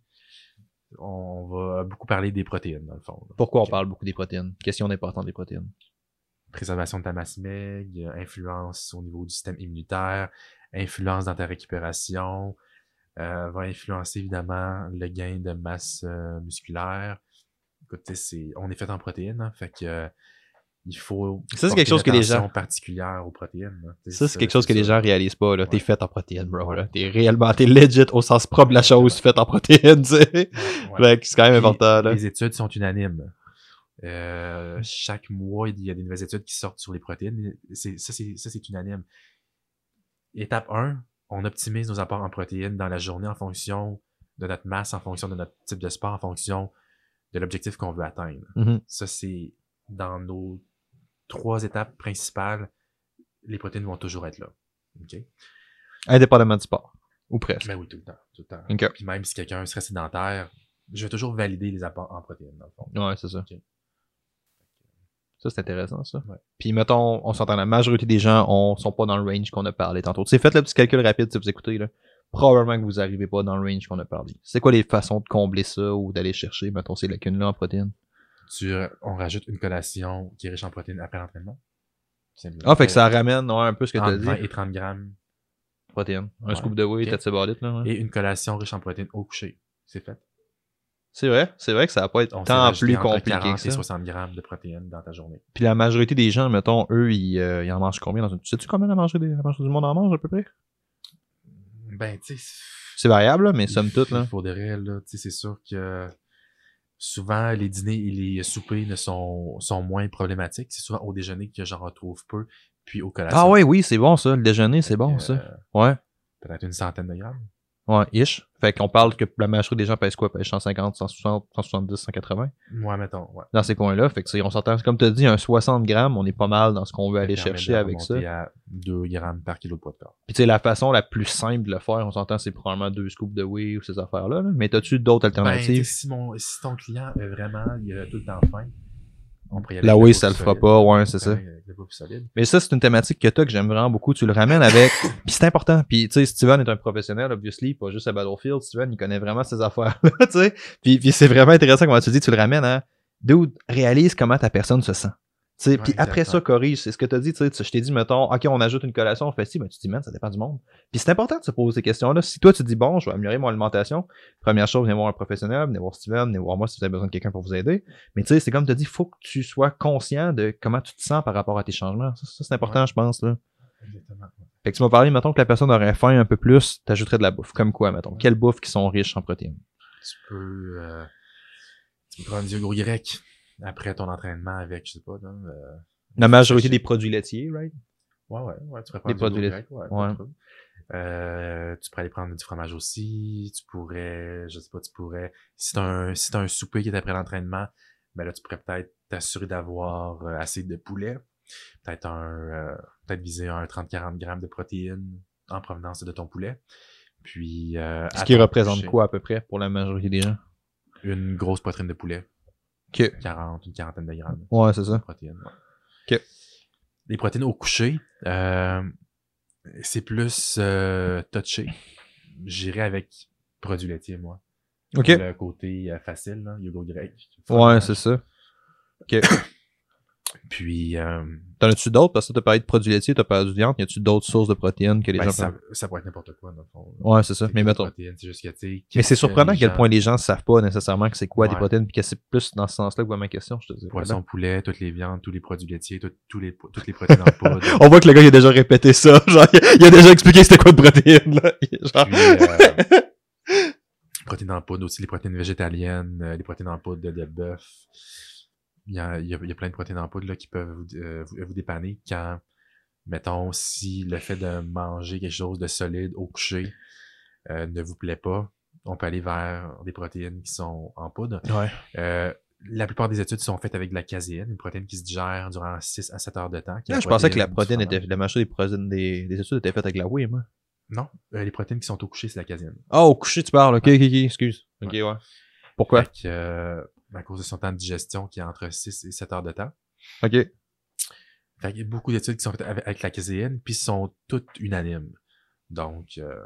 on va beaucoup parler des protéines, dans le fond. Là. Pourquoi on parle beaucoup des protéines? Question importante des protéines. Préservation de ta masse maigre, influence au niveau du système immunitaire, influence dans ta récupération, euh, va influencer évidemment le gain de masse euh, musculaire. Écoute, c'est, on est fait en protéines, hein, fait que euh, il faut ça c'est quelque chose que les gens particulière aux protéines. Là. Ça c'est quelque chose que ça. Les gens réalisent pas là. Ouais. T'es fait en protéines, bro. Là. T'es réellement, t'es legit au sens propre de la chose, fait en protéines. Tu sais. Ouais, ouais. Fait que c'est quand même Puis, important. Là. Les études sont unanimes. Euh, chaque mois, il y a des nouvelles études qui sortent sur les protéines. C'est, ça, c'est, ça, c'est unanime. Étape un, on optimise nos apports en protéines dans la journée en fonction de notre masse, en fonction de notre type de sport, en fonction de l'objectif qu'on veut atteindre. Mm-hmm. Ça, c'est dans nos trois étapes principales, les protéines vont toujours être là. Okay? Indépendamment du sport. Ou presque. Ben oui, tout le temps. Tout le temps. Okay. Puis même si quelqu'un serait sédentaire, je vais toujours valider les apports en protéines, dans le fond. Ouais, c'est ça. Okay. Ça, c'est intéressant, ça. Ouais. Puis, mettons, on s'entend, la majorité des gens on, sont pas dans le range qu'on a parlé tantôt. Tu sais, faites le petit calcul rapide si vous écoutez, là. Probablement que vous n'arrivez pas dans le range qu'on a parlé. C'est quoi les façons de combler ça ou d'aller chercher, mettons, ces lacunes-là en protéines? Tu, on rajoute une collation qui est riche en protéines après l'entraînement. Ah, fait que ça ramène ouais, un peu ce que tu as dit. vingt et trente grammes. Protéines. Un ouais. scoop de whey, okay. That's about it, là. Ouais. Et une collation riche en protéines au coucher. C'est fait. C'est vrai, c'est vrai que ça va pas être on tant plus compliqué quarante que ça. et soixante grammes de protéines dans ta journée. Puis la majorité des gens, mettons, eux, ils, euh, ils en mangent combien dans une... Sais-tu combien la majorité, la majorité du monde en mange à peu près? Ben, tu sais... C'est variable, là, mais somme toute, là. Il faudrait, là, tu sais, c'est sûr que souvent, les dîners et les soupers ne sont, sont moins problématiques. C'est souvent au déjeuner que j'en retrouve peu, puis au collations. Ah ouais, oui, c'est bon, ça. Le déjeuner, c'est bon, euh, ça. Ouais. Peut-être une centaine de grammes. Ouais, ish. Fait qu'on parle que la majorité des gens pèsent quoi? Pèsent cent cinquante, cent soixante, cent soixante-dix, cent quatre-vingts? Ouais, mettons, ouais. Dans ces coins-là. Fait que, tu sais, on s'entend, comme tu as dit, un soixante grammes, on est pas mal dans ce qu'on veut Ça aller permet chercher de avec ça. remonter à deux grammes par kilo de poids de corps. Puis, tu sais, la façon la plus simple de le faire, on s'entend, c'est probablement deux scoops de whey ou ces affaires-là. Là. Mais t'as-tu d'autres Ben, tu sais, alternatives? si, mon, si ton client est vraiment, il a tout le temps faim, on pourrait y aller La avec whey, bouffe ça le fera solide. pas, ouais, On c'est pourrait ça. aller avec la bouffe solide. Mais ça, c'est une thématique que t'as que j'aime vraiment beaucoup. Tu le ramènes avec. Puis c'est important. Puis tu sais, Steven est un professionnel, obviously, pas juste à Battlefield. Steven, il connaît vraiment ces affaires-là, tu sais. Puis, puis c'est vraiment intéressant comment tu dis, tu le ramènes, hein. Dude, réalise comment ta personne se sent. Tu sais, Ouais, puis après exactement. ça, corrige. C'est ce que t'as dit, tu sais. Je t'ai dit, mettons, OK, on ajoute une collation, on fait ci, ben tu te dis, man, ça dépend du monde. Puis c'est important de se poser ces questions-là. Si toi, tu te dis, bon, je vais améliorer mon alimentation, première chose, venez voir un professionnel, venez voir Steven, venez voir moi si vous avez besoin de quelqu'un pour vous aider. Mais tu sais, c'est comme tu as dit, faut que tu sois conscient de comment tu te sens par rapport à tes changements. Ça, ça, c'est important, Ouais. je pense, là. Exactement. Fait que tu m'as parlé, mettons que la personne aurait faim un peu plus, t'ajouterais de la bouffe. Comme quoi, mettons? Quelles bouffes qui sont riches en protéines? Tu peux, euh, tu peux prendre du yogourt grec après ton entraînement avec, je sais pas, là, euh, La majorité sachet. des produits laitiers, right? Ouais, ouais, ouais, tu pourrais Des prendre du produits yogourt laitiers. grec, ouais, Ouais. pas de trouble. Euh, tu pourrais aller prendre du fromage aussi, tu pourrais, je sais pas, tu pourrais, si t'as un, si t'as un souper qui est après l'entraînement, ben là, tu pourrais peut-être t'assurer d'avoir euh, assez de poulet, peut-être un, euh, peut-être viser un trente à quarante grammes de protéines en provenance de ton poulet. Puis, euh, Ce à qui ton représente coucher, quoi, à peu près, pour la majorité des gens? une grosse poitrine de poulet, Que. quarante, une quarantaine de grammes Ouais, c'est de ça. protéines. Ouais. Ok. Les protéines au coucher, euh, c'est plus euh, touché. J'irais avec produits laitiers, moi. Ok. Pour le côté euh, facile, là, yogourt grec. Ouais, fromage. c'est ça. Ok. Puis, euh, T'en as-tu d'autres? Parce que t'as parlé de produits laitiers, t'as parlé de viande. Y a-tu d'autres sources de protéines que les ben, gens ça, peuvent... ça pourrait être n'importe quoi, dans le fond. Ouais, c'est ça. C'est Mais que des mettons. protéines, c'est juste que, tu sais, Mais qu'est-ce c'est que surprenant à les quel gens- point les gens savent pas nécessairement que c'est quoi des Ouais. protéines, puis que c'est plus dans ce sens-là que va ma question, je te dis. Poisson, poulet, toutes les viandes, tous les produits laitiers, tout- tous les, toutes les protéines en poudre. On voit que le gars il a déjà répété ça, genre il a déjà expliqué c'était quoi de protéines là. Genre... Puis, euh, protéines en poudre aussi, les protéines végétaliennes, euh, les protéines en poudre de, de bœuf. Il y a, il y a, il y a plein de protéines en poudre là, qui peuvent vous, euh, vous, vous dépanner quand, mettons, si le fait de manger quelque chose de solide au coucher euh, ne vous plaît pas, on peut aller vers des protéines qui sont en poudre. Ouais. Euh, la plupart des études sont faites avec de la caséine, une protéine qui se digère durant six à sept heures de temps. qui est Ouais, la je pensais que la du protéine fromage. était, la majorité des protéines des, des études étaient faites avec la whey, moi. Non, euh, les protéines qui sont au coucher, c'est la caséine. Ah, au coucher tu parles, ok, ok, ok, excuse. Ok, ouais. Pourquoi? Fait que, euh, à cause de son temps de digestion qui est entre six et sept heures de temps. Ok. Fait qu'il y a beaucoup d'études qui sont faites avec, avec la caséine, puis sont toutes unanimes. Donc, euh,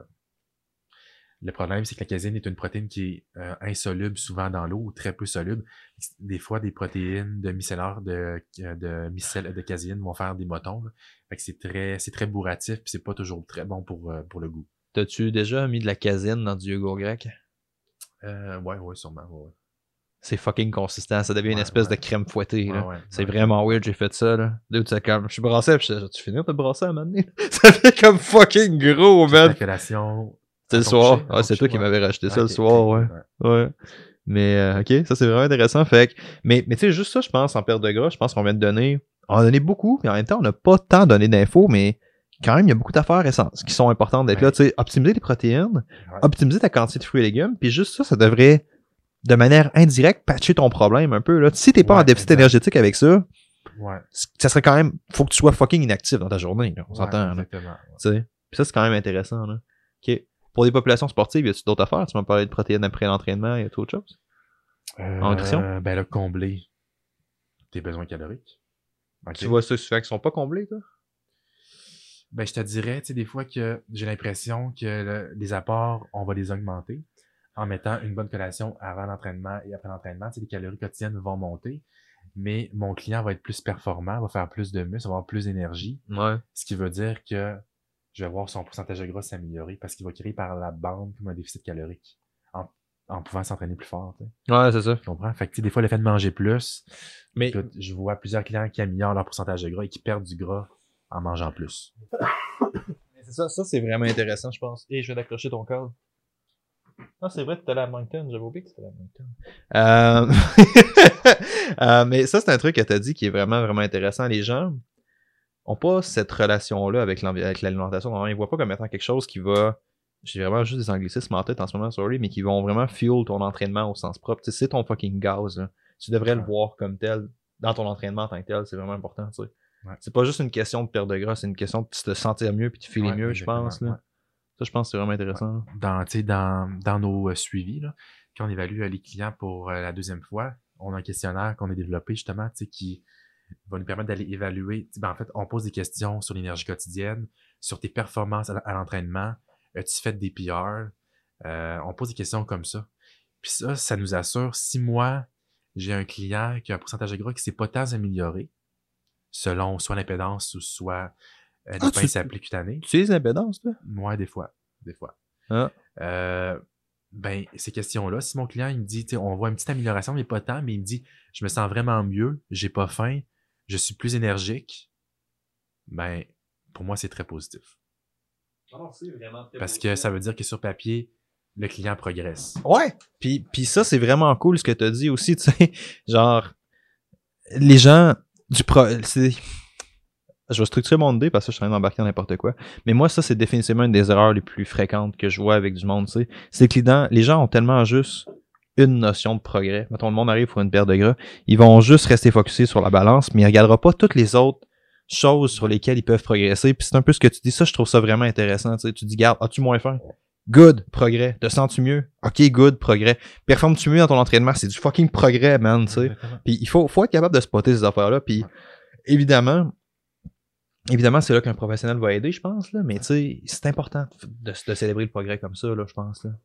le problème, c'est que la caséine est une protéine qui est euh, insoluble souvent dans l'eau, ou très peu soluble. Des fois, des protéines de micellaire de, de, micelle, de caséine vont faire des motons. Là. Fait que c'est très, c'est très bourratif, puis c'est pas toujours très bon pour, euh, pour le goût. T'as-tu déjà mis de la caséine dans du yogourt grec? Euh, ouais, ouais, sûrement. Ouais, ouais. C'est fucking consistant, ça devient une Ouais, espèce ouais. de crème fouettée, là. Ouais, ouais, c'est ouais. vraiment weird, j'ai fait ça, là. Dude, c'est comme, je suis brassé, pis je tu finis de te brasser à un moment donné? Ça fait comme fucking gros, Puis ta man. collation. C'était le à ton soir. coucher, à Ouais, ton c'est toi coucher, qui ouais. m'avais racheté ça Ok, le soir, ok, ouais. Ouais. Mais, euh, ok, ça c'est vraiment intéressant. Fait que, mais, mais tu sais, juste ça, je pense, en perte de gras, je pense qu'on vient de donner, on a donné beaucoup, mais en même temps, on n'a pas tant donné d'infos, mais quand même, il y a beaucoup d'affaires essences qui sont importantes d'être Ouais. là. Tu sais, optimiser les protéines, Ouais. optimiser ta quantité de fruits et légumes, puis juste ça, ça devrait, de manière indirecte, patcher ton problème un peu, là. Si t'es pas Ouais, en déficit exact. énergétique avec ça, Ouais. ça serait quand même, faut que tu sois fucking inactif dans ta journée, là. On Ouais, s'entend, là. exactement. Ouais. Tu sais. Puis ça, c'est quand même intéressant, là. OK. Pour des populations sportives, y a-tu d'autres affaires? Tu m'as parlé de protéines après l'entraînement, y a-tu autre chose? Euh, En nutrition? Ben là, combler tes besoins caloriques. Ok. Tu vois ça souvent qui sont pas comblés, toi? Ben, je te dirais, tu sais, des fois que j'ai l'impression que le- les apports, on va les augmenter en mettant une bonne collation avant l'entraînement et après l'entraînement. Tu sais, les calories quotidiennes vont monter, mais mon client va être plus performant, va faire plus de muscles, va avoir plus d'énergie, Ouais. ce qui veut dire que je vais voir son pourcentage de gras s'améliorer parce qu'il va créer par la bande comme un déficit calorique en, en pouvant s'entraîner plus fort. Tu sais. Ouais, c'est ça. Tu comprends? Fait que, tu sais, des fois, le fait de manger plus, Mais, écoute, je vois plusieurs clients qui améliorent leur pourcentage de gras et qui perdent du gras en mangeant plus. mais c'est ça, ça c'est vraiment intéressant, je pense. Et je vais d'accrocher ton câble. Ah, c'est vrai, tu allé à Moncton, j'avais oublié que c'était à Moncton. Euh... euh, mais ça, c'est un truc que tu as dit qui est vraiment, vraiment intéressant. Les gens ont pas cette relation-là avec l'envi- avec l'alimentation. Ils voient pas comme étant quelque chose qui va j'ai vraiment juste des anglicismes en tête en ce moment, sorry, mais qui vont vraiment fuel ton entraînement au sens propre. Tu sais, c'est ton fucking gaz, là. Tu devrais ouais. le voir comme tel dans ton entraînement en tant que tel, c'est vraiment important, tu sais. Ouais. C'est pas juste une question de perte de gras, c'est une question de te sentir mieux puis de filer ouais, mieux, je pense, là. Ouais. Ça, je pense que c'est vraiment intéressant. Ouais. Dans, tu sais, dans, dans nos euh, suivis, là, quand on évalue euh, les clients pour euh, la deuxième fois, on a un questionnaire qu'on a développé, justement, tu sais, qui va nous permettre d'aller évaluer. Ben, en fait, on pose des questions sur l'énergie quotidienne, sur tes performances à, à l'entraînement. As-tu fait des P R? Euh, on pose des questions comme ça. Puis ça, ça nous assure, si moi, j'ai un client qui a un pourcentage de gras qui s'est pas tant amélioré, selon soit l'impédance ou soit euh, des ah, pinces à appliquer cutanés. Tu utilises l'impédance, toi? Ouais, des fois. Des fois. Ah. Euh, ben, ces questions-là, si mon client, il me dit, on voit une petite amélioration, mais pas tant, mais il me dit, je me sens vraiment mieux, j'ai pas faim, je suis plus énergique, ben, pour moi, c'est très positif. Non, c'est vraiment très Parce positif. Que ça veut dire que sur papier, le client progresse. Ouais! Puis, puis ça, c'est vraiment cool ce que tu as dit aussi, tu sais. Genre, les gens du pro... C'est... Je vais structurer mon idée parce que je suis en train d'embarquer dans n'importe quoi. Mais moi, ça, c'est définitivement une des erreurs les plus fréquentes que je vois avec du monde, tu sais. C'est que les, dents, les gens ont tellement juste une notion de progrès. Mettons, le monde arrive pour une perte de gras. Ils vont juste rester focusés sur la balance, mais ils ne regarderont pas toutes les autres choses sur lesquelles ils peuvent progresser. Puis c'est un peu ce que tu dis. Ça, je trouve ça vraiment intéressant. Tu sais, tu dis, garde, as-tu moins faim? Good, progrès. Te sens-tu mieux? Ok, good, progrès. Performes-tu mieux dans ton entraînement? C'est du fucking progrès, man, tu sais. Puis il faut, faut être capable de spotter ces affaires-là. Puis évidemment, évidemment, c'est là qu'un professionnel va aider, je pense, là. Mais tu sais, c'est important de, de célébrer le progrès comme ça, là, je pense, là.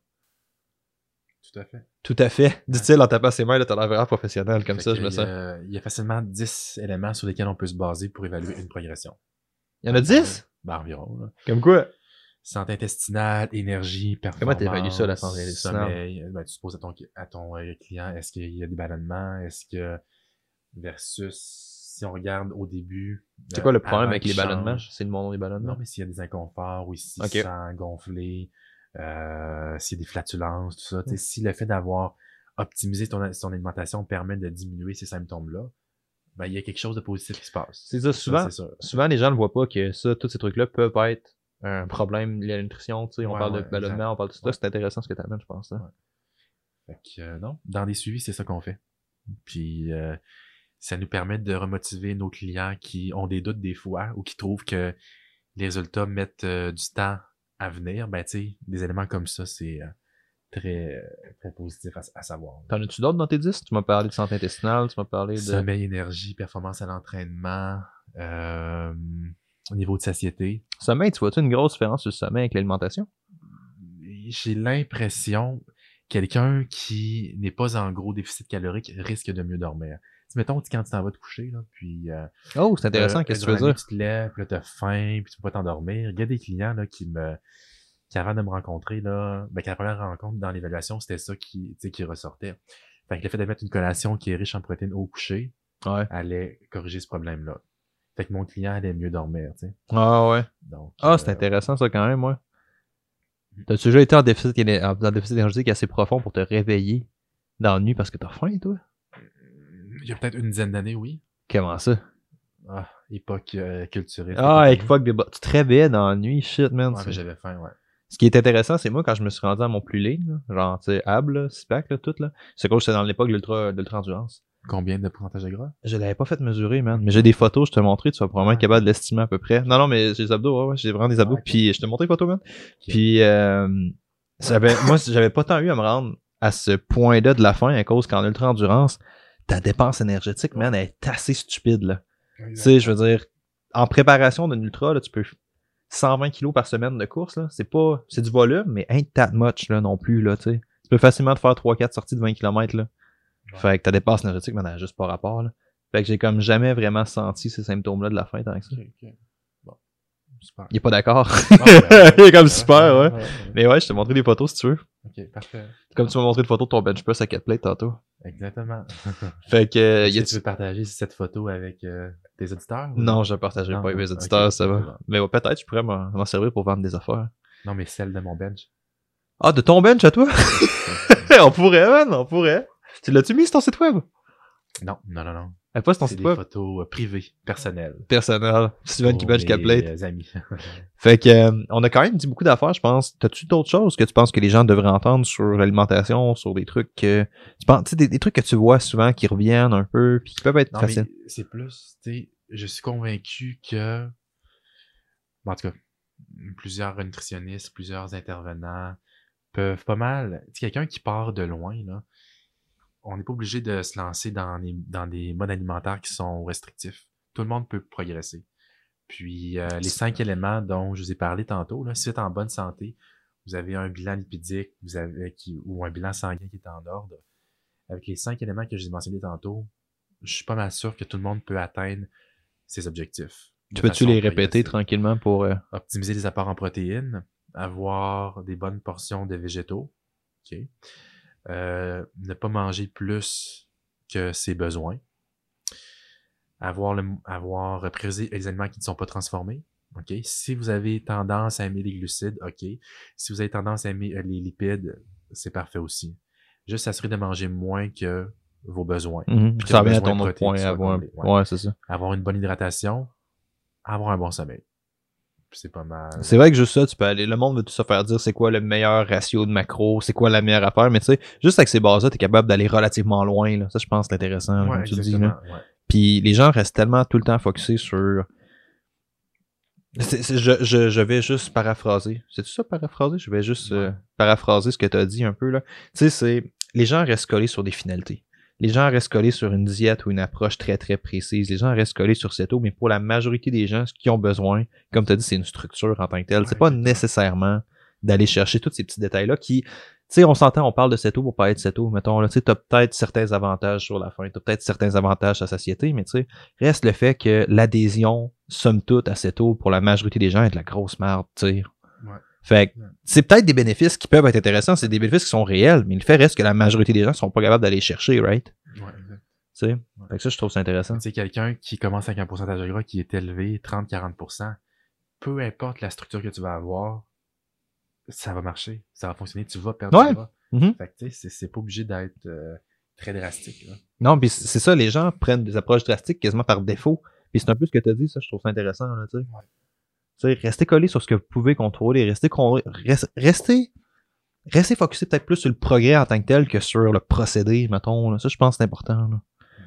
Tout à fait. Tout à fait. Dit-il en tapant ses mains, là, t'as l'air vraiment professionnel comme fait ça, je me sens. Euh, il y a facilement dix éléments sur lesquels on peut se baser pour évaluer une progression. Il y en a dix? Ben, environ, là. Comme quoi? Santé intestinale, énergie, performance. Comment t'évalues ça, la santé intestinale? Sommeil. Ben, tu te poses à ton, à ton euh, client, est-ce qu'il y a des ballonnements? Est-ce que, versus, si on regarde au début. C'est quoi le problème avec les ballonnements? C'est le moment des ballonnements? Non, mais s'il y a des inconforts ou s'il okay. se sent gonflé, euh, s'il y a des flatulences, tout ça. Mm. Si le fait d'avoir optimisé ton, son alimentation permet de diminuer ces symptômes-là, ben, il y a quelque chose de positif qui se passe. C'est ça, souvent, ça, c'est souvent les gens ne voient pas que ça, tous ces trucs-là peuvent être un problème lié à la nutrition, tu sais, on ouais, parle ouais, de ballonnement, exact. on parle de tout ça, ouais. C'est intéressant ce que tu amènes, je pense. Hein. Ouais. Fait que, euh, non, dans des suivis, c'est ça qu'on fait. Puis, euh, ça nous permet de remotiver nos clients qui ont des doutes des fois ou qui trouvent que les résultats mettent euh, du temps à venir. Ben, tu sais, des éléments comme ça, c'est euh, très, très positif à, à savoir. T'en as-tu d'autres dans tes dix? Tu m'as parlé de santé intestinale, tu m'as parlé de... Sommeil, énergie, performance à l'entraînement, euh, au niveau de satiété. Sommeil, tu vois-tu une grosse différence sur le sommeil avec l'alimentation? J'ai l'impression que quelqu'un qui n'est pas en gros déficit calorique risque de mieux dormir. T'sais, mettons, quand tu t'en vas te coucher, là, puis... Euh, oh, c'est intéressant, euh, qu'est-ce que tu veux dire? Tu te lèves, puis là, t'as faim, puis tu peux pas t'endormir. Il y a des clients là, qui me... qui avant de me rencontrer, là, ben, qu'à la première rencontre dans l'évaluation, c'était ça qui, qui ressortait. Fait que le fait de mettre une collation qui est riche en protéines au coucher, ouais. allait corriger ce problème-là. Fait que mon client allait mieux dormir, tu sais. Ah ouais. Donc, ah, euh... c'est intéressant ça quand même, ouais. T'as-tu déjà été en déficit, en déficit énergétique assez profond pour te réveiller dans la nuit parce que t'as faim, toi? Il y a peut-être une dizaine d'années, oui. Comment ça? Ah, époque euh, culturelle. Ah, époque des... Tu te réveillais dans la nuit, shit, man. Ouais, mais j'avais faim, ouais. Ce qui est intéressant, c'est moi, quand je me suis rendu à mon plus lean, là, genre, tu sais, ab, là, six-pack, là, tout, là, c'est quoi, j'étais dans l'époque de l'ultra, de l'ultra-endurance. Combien de pourcentage de gras? Je l'avais pas fait mesurer, man. Mais j'ai des photos, je te montrer, tu vas probablement être capable de l'estimer à peu près. Non, non, mais j'ai des abdos, ouais, ouais, j'ai vraiment des abdos. Ouais, okay. Puis je te montrer les photos, man. Okay. Puis, euh, j'avais, moi, j'avais pas tant eu à me rendre à ce point-là de la fin à cause qu'en ultra-endurance, ta dépense énergétique, man, elle est assez stupide, là. Tu sais, je veux dire, en préparation d'une ultra, là, tu peux cent vingt kilos par semaine de course, là. C'est pas, c'est du volume, mais ain't that much, là, non plus, là, tu sais. Tu peux facilement te faire trois quatre sorties de vingt kilomètres, là. Ouais. Fait que ta dépense énergétique, man, elle a juste pas rapport, là. Fait que j'ai comme jamais vraiment senti ces symptômes-là de la faim tant que ça. Okay, okay. Bon. Super. Il est pas d'accord. Non, ben, il est comme super, ouais. ouais, ouais. Mais ouais, je t'ai montré des photos si tu veux. Ok, parfait. Comme tu m'as montré une photo de ton bench press à quatre plates tantôt. Exactement. Fait que... Euh, Est-ce que tu veux partager cette photo avec euh, tes auditeurs? Ou... Non, je ne partagerai non, pas avec mes auditeurs, okay, ça va. Bon. Mais ouais, peut-être je pourrais m'en servir pour vendre des affaires. Non, mais celle de mon bench. Ah, de ton bench à toi? On pourrait, man, on pourrait. Tu l'as-tu mis sur ton site web? Non, non, non, non. Elle poste ton C'est site des web? photos euh, privées, personnelles. Personnel. Steven qui Pour match Capplate. mes amis. Fait que, euh, on a quand même dit beaucoup d'affaires, je pense. T'as-tu d'autres choses que tu penses que les gens devraient entendre sur l'alimentation, sur des trucs que, tu penses, tu sais, des, des trucs que tu vois souvent qui reviennent un peu, puis qui peuvent être Non, faciles? mais c'est plus, tu sais, je suis convaincu que, bon, en tout cas, plusieurs nutritionnistes, plusieurs intervenants peuvent pas mal, tu sais, quelqu'un qui part de loin, là, on n'est pas obligé de se lancer dans des, dans des modes alimentaires qui sont restrictifs. Tout le monde peut progresser. Puis, euh, les cinq éléments dont je vous ai parlé tantôt, là, si vous êtes en bonne santé, vous avez un bilan lipidique, vous avez, qui, ou un bilan sanguin qui est en ordre. Avec les cinq éléments que je vous ai mentionnés tantôt, je suis pas mal sûr que tout le monde peut atteindre ses objectifs. Tu peux-tu les répéter tranquillement pour... Euh... Optimiser les apports en protéines, avoir des bonnes portions de végétaux, ok. Euh, ne pas manger plus que ses besoins, avoir, le, avoir prioriser les aliments qui ne sont pas transformés, ok. Si vous avez tendance à aimer les glucides, ok. Si vous avez tendance à aimer les lipides, c'est parfait aussi. Juste s'assurer de manger moins que vos besoins. Mm-hmm. Ça revient à ton autre point. Avoir, ouais. ouais, c'est ça. Avoir une bonne hydratation, avoir un bon sommeil. C'est pas mal. C'est vrai que juste ça, tu peux aller. Le monde veut tout ça faire dire c'est quoi le meilleur ratio de macros, c'est quoi la meilleure affaire, mais tu sais, juste avec ces bases-là, t'es capable d'aller relativement loin. Là. Ça, je pense, c'est intéressant, ouais, comme tu le dis. Là. Ouais. Puis les gens restent tellement tout le temps focusés sur. C'est, c'est, je, je, je vais juste paraphraser. C'est-tu ça, paraphraser? Je vais juste ouais. euh, paraphraser ce que tu as dit un peu. Là. Tu sais, c'est. Les gens restent collés sur des finalités. Les gens restent collés sur une diète ou une approche très très précise. Les gens restent collés sur cette eau, mais pour la majorité des gens, ce qu'ils ont besoin, comme tu as dit, c'est une structure en tant que telle. Ouais, c'est pas nécessairement d'aller chercher tous ces petits détails-là qui, tu sais, on s'entend, on parle de cette eau pour parler de cette eau. Mettons, là, tu sais, t'as peut-être certains avantages sur la faim, t'as peut-être certains avantages à satiété, mais tu sais, reste le fait que l'adhésion, somme toute, à cette eau, pour la majorité des gens, est de la grosse merde, tu sais. Ouais. Fait que, c'est peut-être des bénéfices qui peuvent être intéressants, c'est des bénéfices qui sont réels, mais le fait reste que la majorité des gens sont pas capables d'aller chercher, right? Ouais, exact. Tu sais? Ouais. Fait que ça, je trouve ça intéressant. Tu sais, quelqu'un qui commence avec un pourcentage de gras qui est élevé, trente à quarante pour cent, peu importe la structure que tu vas avoir, ça va marcher, ça va fonctionner, tu vas perdre ouais. du gras. Mm-hmm. Fait que, tu sais, c'est, c'est pas obligé d'être euh, très drastique, là. Non, pis c'est ça, les gens prennent des approches drastiques quasiment par défaut. Puis c'est un peu ce que tu as dit, ça, je trouve ça intéressant, là, tu sais. Ouais. Tu sais, restez collé sur ce que vous pouvez contrôler, restez, restez, restez focusé peut-être plus sur le progrès en tant que tel que sur le procédé, mettons, là. Ça, je pense que c'est important, là.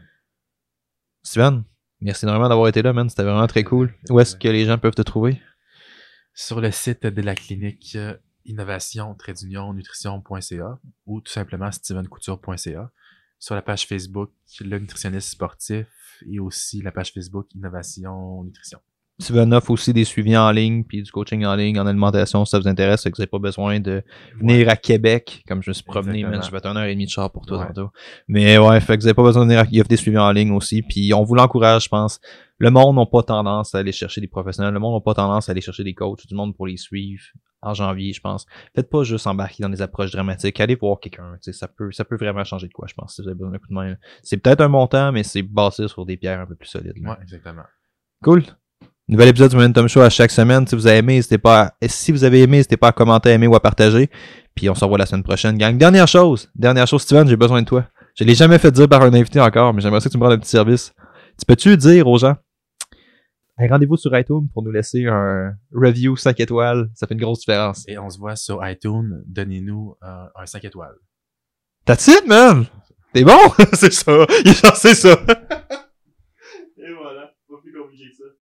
Steven, merci énormément d'avoir été là, man. C'était vraiment très cool. Où est-ce que les gens peuvent te trouver? Sur le site de la clinique innovation nutrition point c a ou tout simplement steven couture point c a. Sur la page Facebook, le nutritionniste sportif et aussi la page Facebook Innovation Nutrition. Steven offre aussi des suivis en ligne puis du coaching en ligne en alimentation si ça vous intéresse, c'est que vous n'avez pas besoin de venir ouais. à Québec comme je me suis promené, man, je vais être une heure et demie de char pour toi ouais. tantôt. Mais ouais, fait que vous n'avez pas besoin de venir à... il offre des suivis en ligne aussi, puis on vous l'encourage, je pense. Le monde n'a pas tendance à aller chercher des professionnels, le monde n'a pas tendance à aller chercher des coachs, du monde pour les suivre en janvier, je pense. Faites pas juste embarquer dans des approches dramatiques, allez voir quelqu'un, tu sais, ça peut ça peut vraiment changer de quoi, je pense, si vous avez besoin d'un coup de main. C'est peut-être un montant, mais c'est basé sur des pierres un peu plus solides. Là. Ouais, exactement. Cool. Nouvel épisode du Momentum Show à chaque semaine. Si vous avez aimé, n'hésitez pas à... si vous avez aimé, n'hésitez pas à commenter, à aimer ou à partager. Puis on se revoit la semaine prochaine, gang. Dernière chose, dernière chose, Steven, j'ai besoin de toi. Je l'ai jamais fait dire par un invité encore, mais j'aimerais ça que tu me rendes un petit service. Tu peux-tu dire aux gens, hey, rendez-vous sur iTunes pour nous laisser un review cinq étoiles, ça fait une grosse différence. Et on se voit sur iTunes, donnez-nous euh, un cinq étoiles. That's it, man! T'es bon? C'est ça, c'est ça. Et voilà, pas plus compliqué que ça.